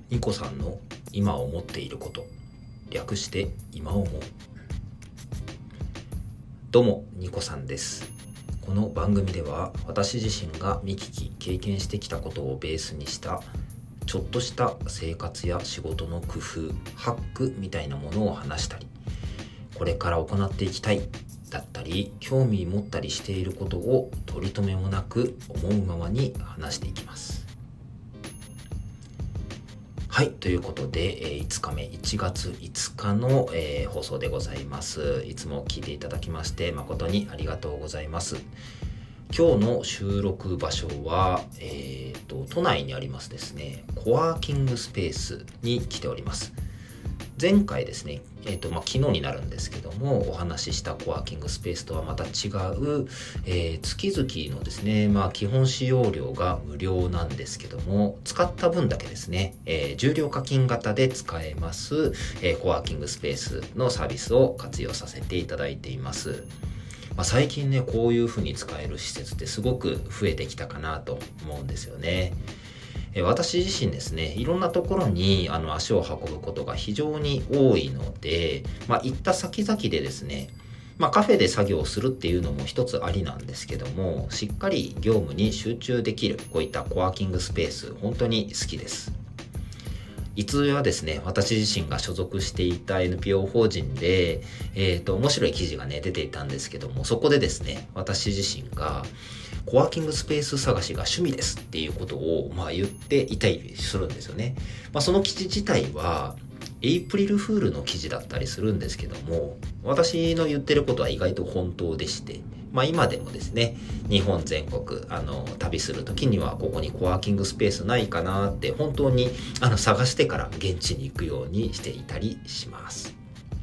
ニコさんの今思っていること、略して今思う。どうもニコさんです。この番組では私自身が見聞き経験してきたことをベースにしたちょっとした生活や仕事の工夫、ハックみたいなものを話したり、これから行っていきたいだったり興味持ったりしていることを取り留めもなく思うままに話していきます。はい、ということで、5日目1月5日の、放送でございます。いつも聞いていただきまして誠にありがとうございます。今日の収録場所は、都内にありますですね、コワーキングスペースに来ております。前回ですね、昨日になるんですけどもお話ししたコワーキングスペースとはまた違う、月々のですね、基本使用料が無料なんですけども、使った分だけですね、重量課金型で使えます、コワーキングスペースのサービスを活用させていただいています。最近ね、こういう風に使える施設ってすごく増えてきたかなと思うんですよね。私自身ですね、いろんなところに足を運ぶことが非常に多いので、行った先々でですね、カフェで作業をするっていうのも一つありなんですけども、しっかり業務に集中できるこういったコワーキングスペース、本当に好きです。いつはですね、私自身が所属していた NPO 法人で、面白い記事がね、出ていたんですけども、そこでですね、私自身がコワーキングスペース探しが趣味ですっていうことを、言っていたりするんですよね。その記事自体は、エイプリルフールの記事だったりするんですけども、私の言ってることは意外と本当でして、今でもですね、日本全国旅するときにはここにコワーキングスペースないかなって本当に探してから現地に行くようにしていたりします。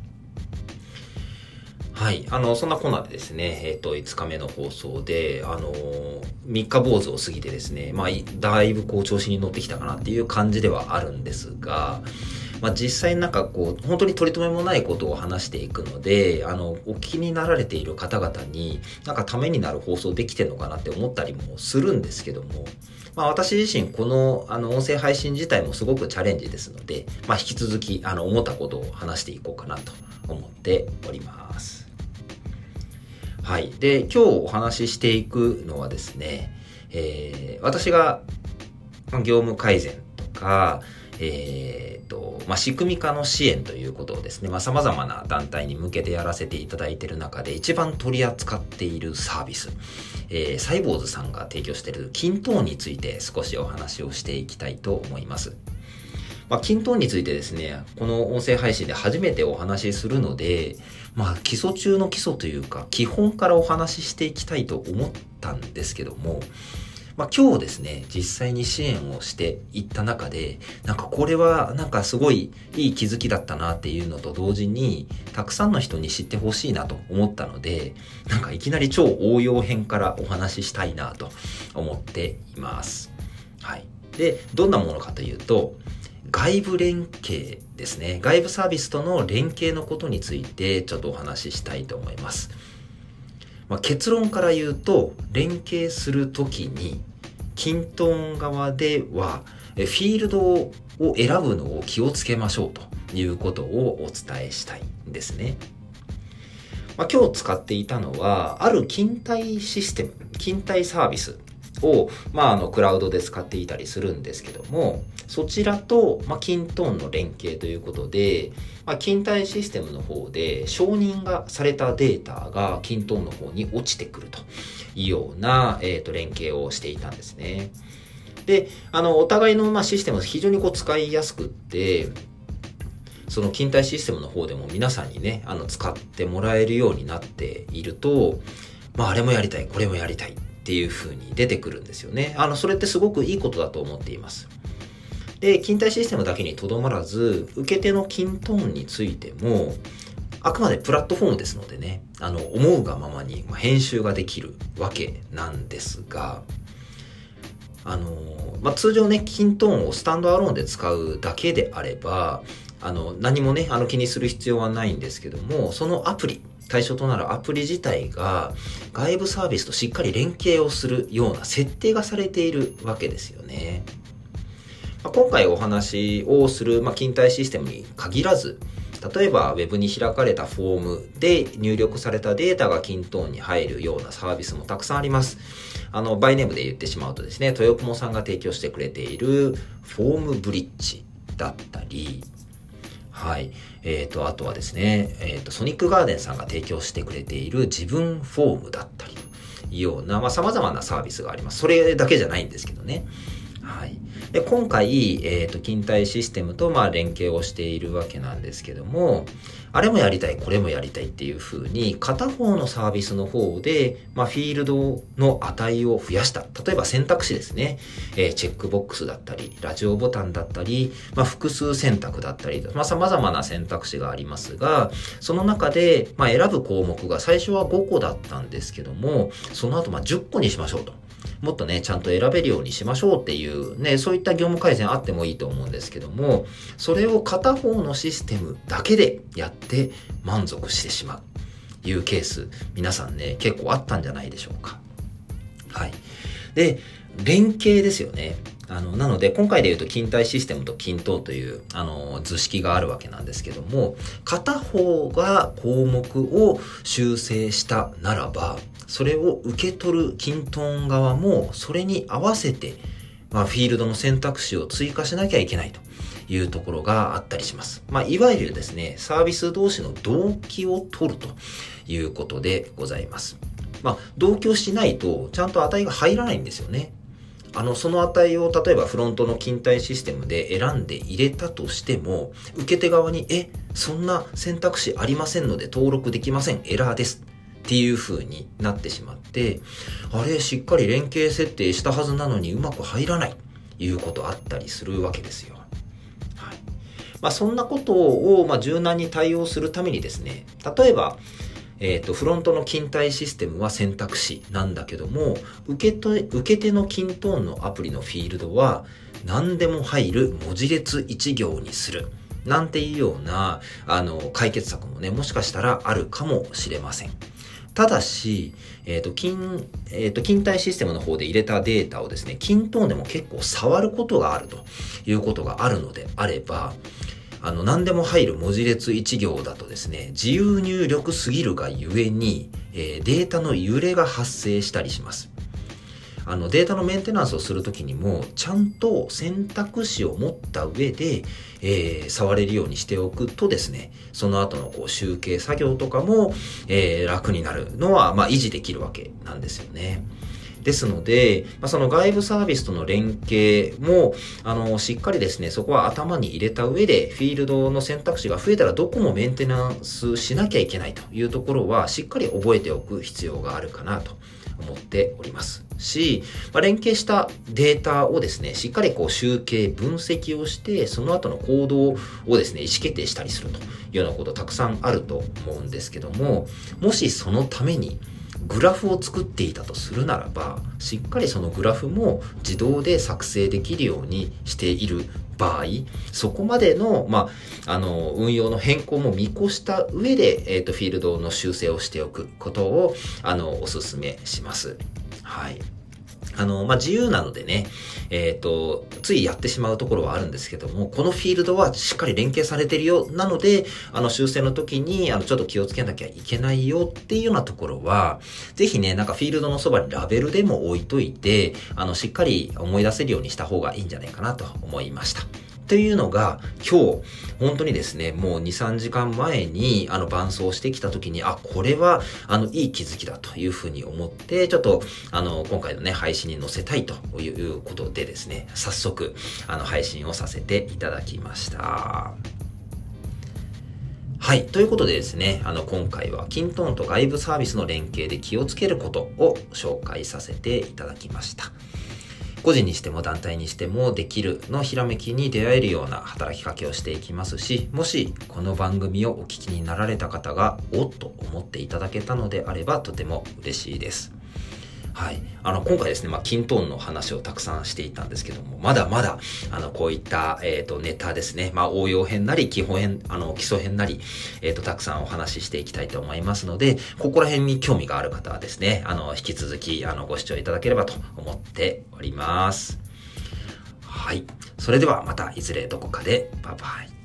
はい。そんなこんなでですね、5日目の放送で、3日坊主を過ぎてですね、だいぶ調子に乗ってきたかなっていう感じではあるんですが、実際本当に取り留めもないことを話していくので、お気になられている方々にためになる放送できてるのかなって思ったりもするんですけども、私自身この音声配信自体もすごくチャレンジですので、引き続き思ったことを話していこうかなと思っております。はい。で、今日お話ししていくのはですね、私が業務改善とか、仕組み化の支援ということをですね、様々な団体に向けてやらせていただいている中で一番取り扱っているサービス、サイボーズさんが提供しているキントーンについて少しお話をしていきたいと思います。キントーンについてですね、この音声配信で初めてお話しするので、基礎中の基礎というか、基本からお話ししていきたいと思ったんですけども、今日ですね、実際に支援をしていった中で、これはすごいいい気づきだったなっていうのと同時に、たくさんの人に知ってほしいなと思ったので、いきなり超応用編からお話ししたいなと思っています。はい。で、どんなものかというと、外部連携ですね。外部サービスとの連携のことについてちょっとお話ししたいと思います。結論から言うと、連携するときに、キントーン側では、フィールドを選ぶのを気をつけましょうということをお伝えしたいんですね。今日使っていたのは、ある勤怠システム、勤怠サービスを、クラウドで使っていたりするんですけども、そちらと、キントーンの連携ということで、勤怠システムの方で承認がされたデータがキントーンの方に落ちてくるというような、連携をしていたんですね。で、お互いの、システムは非常に使いやすくって、その勤怠システムの方でも皆さんにね、使ってもらえるようになっていると、あれもやりたい、これもやりたいっていう風に出てくるんですよね。それってすごくいいことだと思っています。で、勤怠システムだけにとどまらず、受け手のキントーンについても、あくまでプラットフォームですのでね、思うがままに編集ができるわけなんですが、通常ね、キントーンをスタンドアローンで使うだけであれば、何もね、気にする必要はないんですけども、そのアプリ、対象となるアプリ自体が外部サービスとしっかり連携をするような設定がされているわけですよね。 今回お話をする、勤怠システムに限らず、例えば Web に開かれたフォームで入力されたデータがキントーンに入るようなサービスもたくさんあります。バイネームで言ってしまうとですね、豊雲さんが提供してくれているフォームブリッジだったり、はい。あとはですね、ソニックガーデンさんが提供してくれている自分フォームだったりというような、様々なサービスがあります。それだけじゃないんですけどね。はい。で、今回、勤怠システムと、連携をしているわけなんですけども、あれもやりたい、これもやりたいっていう風に、片方のサービスの方で、フィールドの値を増やした。例えば選択肢ですね。チェックボックスだったり、ラジオボタンだったり、複数選択だったり、様々な選択肢がありますが、その中で、選ぶ項目が最初は5個だったんですけども、その後、10個にしましょうと。もっとね、ちゃんと選べるようにしましょうっていうね、そういった業務改善あってもいいと思うんですけども、それを片方のシステムだけでやって満足してしまうというケース、皆さんね、結構あったんじゃないでしょうか。はい。で、連携ですよね。なので、今回で言うと、勤怠システムとキントーンという、図式があるわけなんですけども、片方が項目を修正したならば、それを受け取るキントーン側も、それに合わせて、フィールドの選択肢を追加しなきゃいけないというところがあったりします。いわゆるですね、サービス同士の同期を取るということでございます。同期をしないと、ちゃんと値が入らないんですよね。その値を例えばフロントの勤怠システムで選んで入れたとしても、受け手側に、そんな選択肢ありませんので登録できません。エラーです。っていう風になってしまって、あれ、しっかり連携設定したはずなのにうまく入らない。いうことあったりするわけですよ。はい。そんなことを、柔軟に対応するためにですね、例えば、フロントの勤怠システムは選択肢なんだけども、受け手のキントーンのアプリのフィールドは何でも入る文字列1行にする。なんていうような、解決策もね、もしかしたらあるかもしれません。ただし、勤怠システムの方で入れたデータをですね、キントーンでも結構触ることがあるということがあるのであれば、何でも入る文字列1行だとですね、自由入力すぎるがゆえに、データの揺れが発生したりします。データのメンテナンスをするときにも、ちゃんと選択肢を持った上で、触れるようにしておくとですね、その後の集計作業とかも、楽になるのは、維持できるわけなんですよね。ですので、その外部サービスとの連携も、しっかりですね、そこは頭に入れた上で、フィールドの選択肢が増えたらどこもメンテナンスしなきゃいけないというところは、しっかり覚えておく必要があるかなと思っておりますし、連携したデータをですね、しっかり集計、分析をして、その後の行動をですね、意思決定したりするというようなことたくさんあると思うんですけども、もしそのために、グラフを作っていたとするならば、しっかりそのグラフも自動で作成できるようにしている場合、そこまでの、運用の変更も見越した上で、フィールドの修正をしておくことを、お勧めします。はい。自由なのでね、ついやってしまうところはあるんですけども、このフィールドはしっかり連携されてるよ。なので、修正の時に、ちょっと気をつけなきゃいけないよっていうようなところは、ぜひね、フィールドのそばにラベルでも置いといて、しっかり思い出せるようにした方がいいんじゃないかなと思いました。というのが、今日、本当にですね、もう2、3時間前に、伴走してきた時に、これは、いい気づきだというふうに思って、ちょっと、今回のね、配信に載せたいということでですね、早速、配信をさせていただきました。はい。ということでですね、今回は、キントーンと外部サービスの連携で気をつけることを紹介させていただきました。個人にしても団体にしてもできるのひらめきに出会えるような働きかけをしていきますし、もしこの番組をお聞きになられた方がおっと思っていただけたのであればとても嬉しいです。はい。今回ですね、キントーンの話をたくさんしていたんですけども、まだまだ、こういった、ネタですね、応用編なり、基礎編なり、たくさんお話ししていきたいと思いますので、ここら辺に興味がある方はですね、引き続き、ご視聴いただければと思っております。はい。 それではまたいずれどこかで。バイバイ。